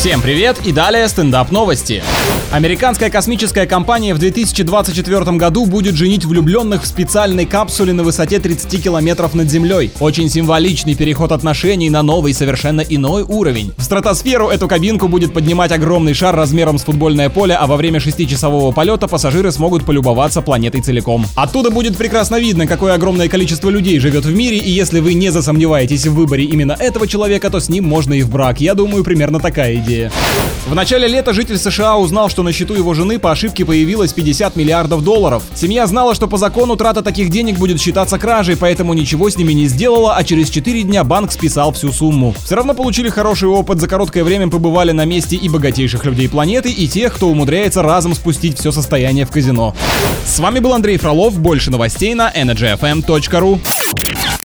Всем привет и далее стендап новости. Американская космическая компания в 2024 году будет женить влюбленных в специальной капсуле на высоте 30 километров над Землей. Очень символичный переход отношений на новый, совершенно иной уровень. В стратосферу эту кабинку будет поднимать огромный шар размером с футбольное поле, а во время 6-часового полета пассажиры смогут полюбоваться планетой целиком. Оттуда будет прекрасно видно, какое огромное количество людей живет в мире, и если вы не засомневаетесь в выборе именно этого человека, то с ним можно и в брак. Я думаю, примерно такая идея. В начале лета житель США узнал, что на счету его жены по ошибке появилось $50 миллиардов. Семья знала, что по закону трата таких денег будет считаться кражей, поэтому ничего с ними не сделала, а через 4 дня банк списал всю сумму. Все равно получили хороший опыт, за короткое время побывали на месте и богатейших людей планеты, и тех, кто умудряется разом спустить все состояние в казино. С вами был Андрей Фролов, больше новостей на energyfm.ru.